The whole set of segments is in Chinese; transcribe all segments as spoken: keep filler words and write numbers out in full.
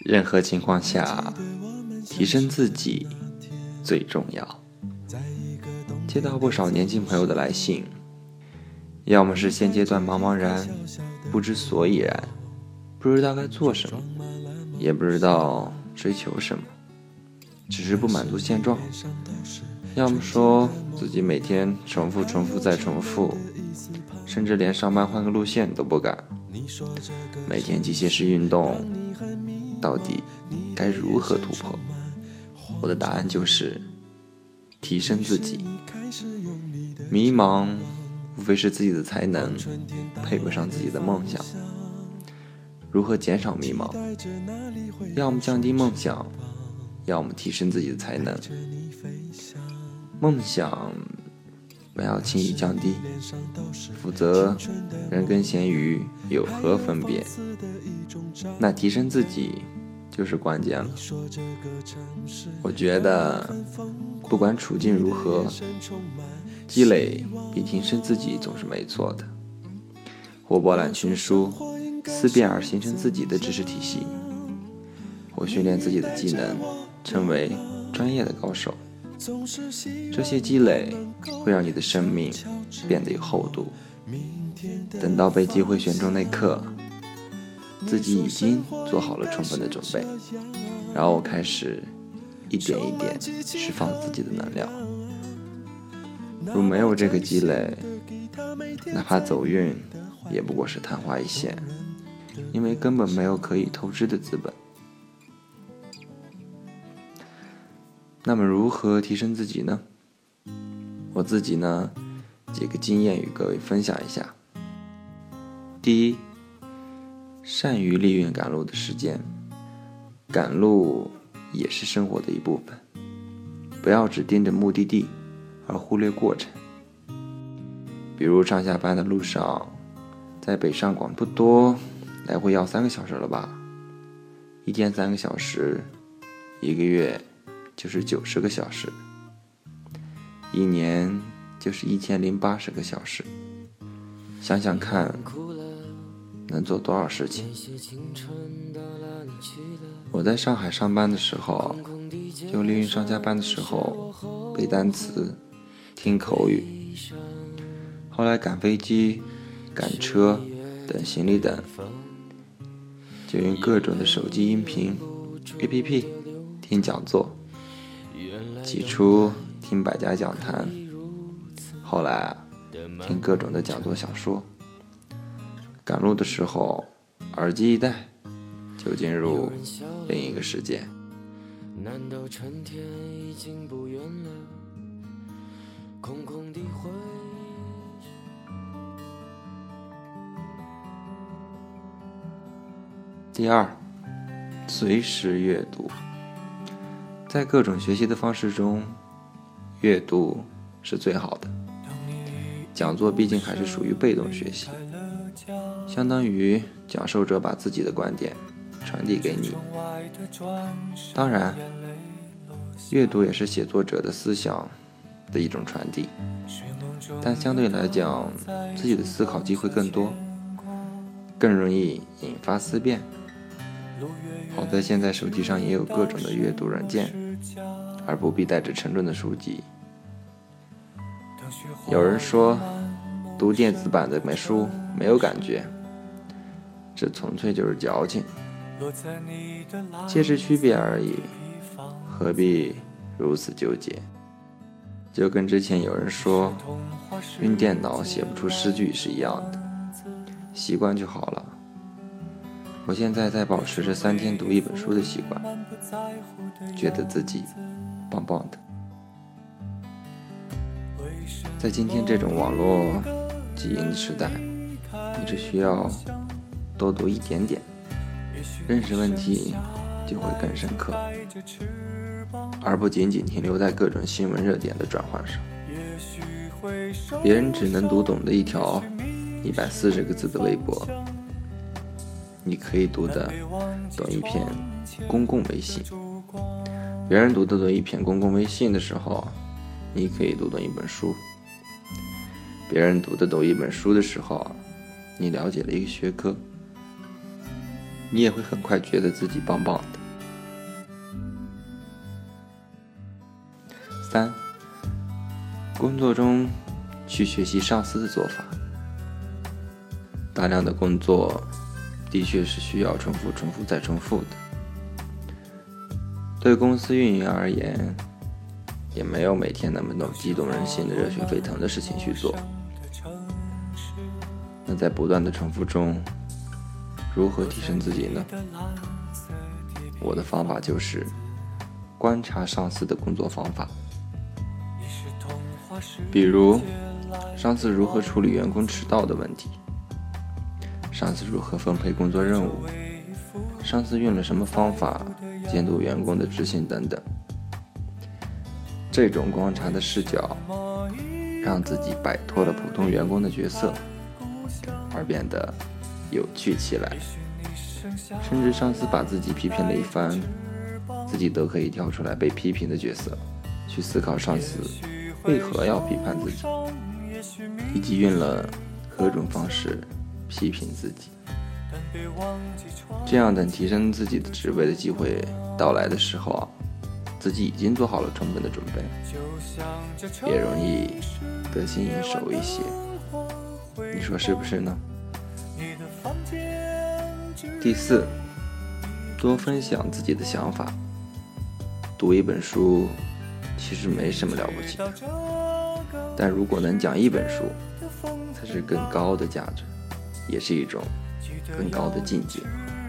任何情况下，提升自己最重要。接到不少年轻朋友的来信，要么是现阶段茫茫然，不知所以然，不知道该做什么，也不知道追求什么，只是不满足现状；要么说自己每天重复重复再重复，甚至连上班换个路线都不敢。每天机械式运动，到底该如何突破？我的答案就是提升自己。迷茫无非是自己的才能配不上自己的梦想。如何减少迷茫？要么降低梦想，要么提升自己的才能。梦想不要轻易降低，否则人跟咸鱼有何分别？那提升自己就是关键了。我觉得不管处境如何，积累比提升自己总是没错的。或博览群书，思辨而形成自己的知识体系；或训练自己的技能，成为专业的高手。这些积累会让你的生命变得有厚度。等到被机会选中那刻，自己已经做好了充分的准备，然后开始一点一点释放自己的能量。如没有这个积累，哪怕走运也不过是昙花一现，因为根本没有可以透支的资本。那么如何提升自己呢？我自己呢，几个经验与各位分享一下。第一，善于利用赶路的时间，赶路也是生活的一部分，不要只盯着目的地而忽略过程。比如上下班的路上，在北上广不多，来回要三个小时了吧？一天三个小时，一个月就是九十个小时，一年就是一千零八十个小时。想想看，能做多少事情？我在上海上班的时候，就利用上下班的时候背单词、听口语。后来赶飞机、赶车、等行李等，就用各种的手机音频 A P P 听讲座。起初听百家讲坛，后来啊听各种的讲座小说。赶路的时候耳机一戴，就进入另一个世界。难道春天已经不远了，空空的回第二，随时阅读。在各种学习的方式中，阅读是最好的。讲座毕竟还是属于被动学习，相当于讲授者把自己的观点传递给你。当然，阅读也是写作者的思想的一种传递，但相对来讲，自己的思考机会更多，更容易引发思辨。好在现在手机上也有各种的阅读软件，而不必带着沉重的书籍。有人说读电子版的美书没有感觉，这纯粹就是矫情，介质区别而已，何必如此纠结？就跟之前有人说用电脑写不出诗句是一样的，习惯就好了。我现在在保持着三天读一本书的习惯，觉得自己棒棒的。在今天这种网络基因的时代，你只需要多读一点点，认识问题就会更深刻，而不仅仅停留在各种新闻热点的转换上。别人只能读懂的一条一百四十个字的微博，你可以读得懂一篇公共微信。别人读得懂一篇公共微信的时候，你可以读懂一本书。别人读得懂一本书的时候，你了解了一个学科，你也会很快觉得自己棒棒的。 工作中去学习上司的做法。大量的工作的确是需要重复、重复再重复的。对公司运营而言，也没有每天那么多激动人心的热血沸腾的事情去做。那在不断的重复中，如何提升自己呢？我的方法就是观察上司的工作方法，比如上司如何处理员工迟到的问题，上司如何分配工作任务，上司用了什么方法监督员工的执行等等。这种观察的视角让自己摆脱了普通员工的角色，而变得有趣起来。甚至上司把自己批评了一番，自己都可以跳出来被批评的角色，去思考上司为何要批判自己，以及用了何种方式批评自己。这样等提升自己的职位的机会到来的时候啊，自己已经做好了充分的准备，也容易得心应手一些。你说是不是呢？第四，多分享自己的想法。读一本书其实没什么了不起的，但如果能讲一本书，才是更高的价值，也是一种更高的境界。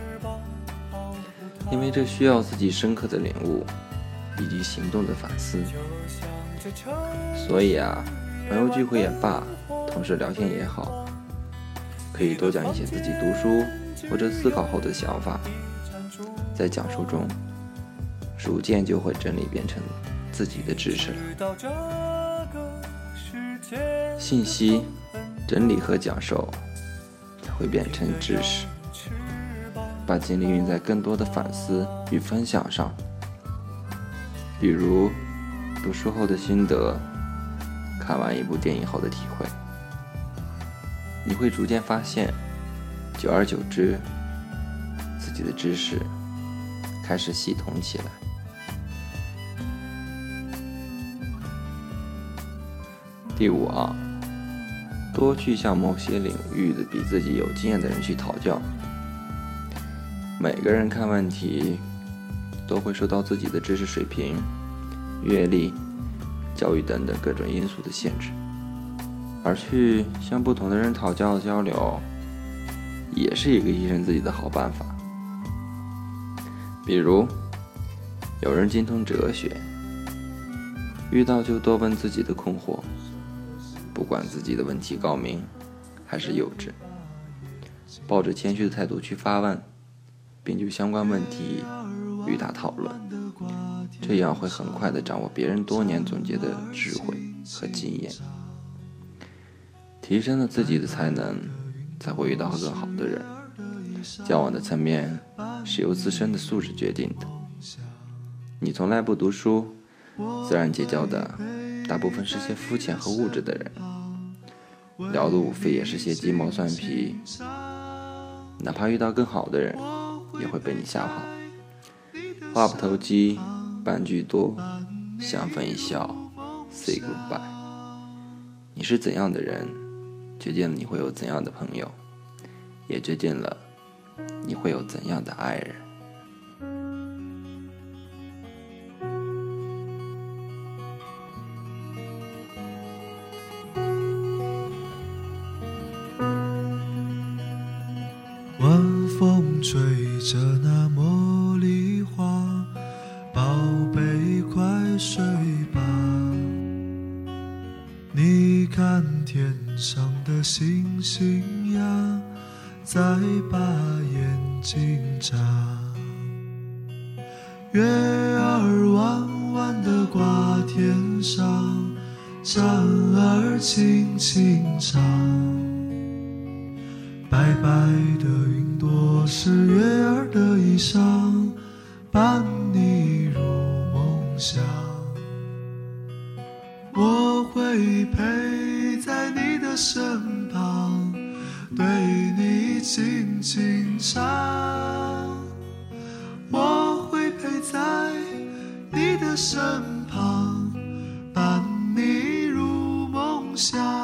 因为这需要自己深刻的领悟以及行动的反思。所以啊，朋友聚会也罢，同事聊天也好，可以多讲一些自己读书或者思考后的想法，在讲述中逐渐就会整理变成自己的知识了。信息整理和讲授才会变成知识，把精力用在更多的反思与分享上，比如读书后的心得，看完一部电影后的体会。你会逐渐发现，久而久之，自己的知识开始系统起来。第五啊，多去向某些领域的比自己有经验的人去讨教。每个人看问题都会受到自己的知识水平、阅历、教育等等各种因素的限制，而去向不同的人讨教交流，也是一个提升自己的好办法。比如，有人精通哲学，遇到就多问自己的困惑，不管自己的问题高明还是幼稚，抱着谦虚的态度去发问，并就相关问题与他讨论，这样会很快地掌握别人多年总结的智慧和经验。提升了自己的才能，才会遇到更好的人。交往的层面是由自身的素质决定的。你从来不读书，自然结交的大部分是些肤浅和物质的人，聊的无非也是些鸡毛蒜皮，哪怕遇到更好的人，也会被你吓跑。话不投机半句多，相分一笑 say goodbye。 你是怎样的人，决定了你会有怎样的朋友，也决定了你会有怎样的爱人。 晚风吹着那茉莉花，宝贝快睡吧。你看天上的星星呀，再把眼睛眨。月儿弯弯地挂天上，蝉儿轻轻唱。白白的云朵是月儿的衣裳，伴你入梦乡。我会陪在你的身旁，对你轻轻唱。我会陪在你的身旁，伴你入下。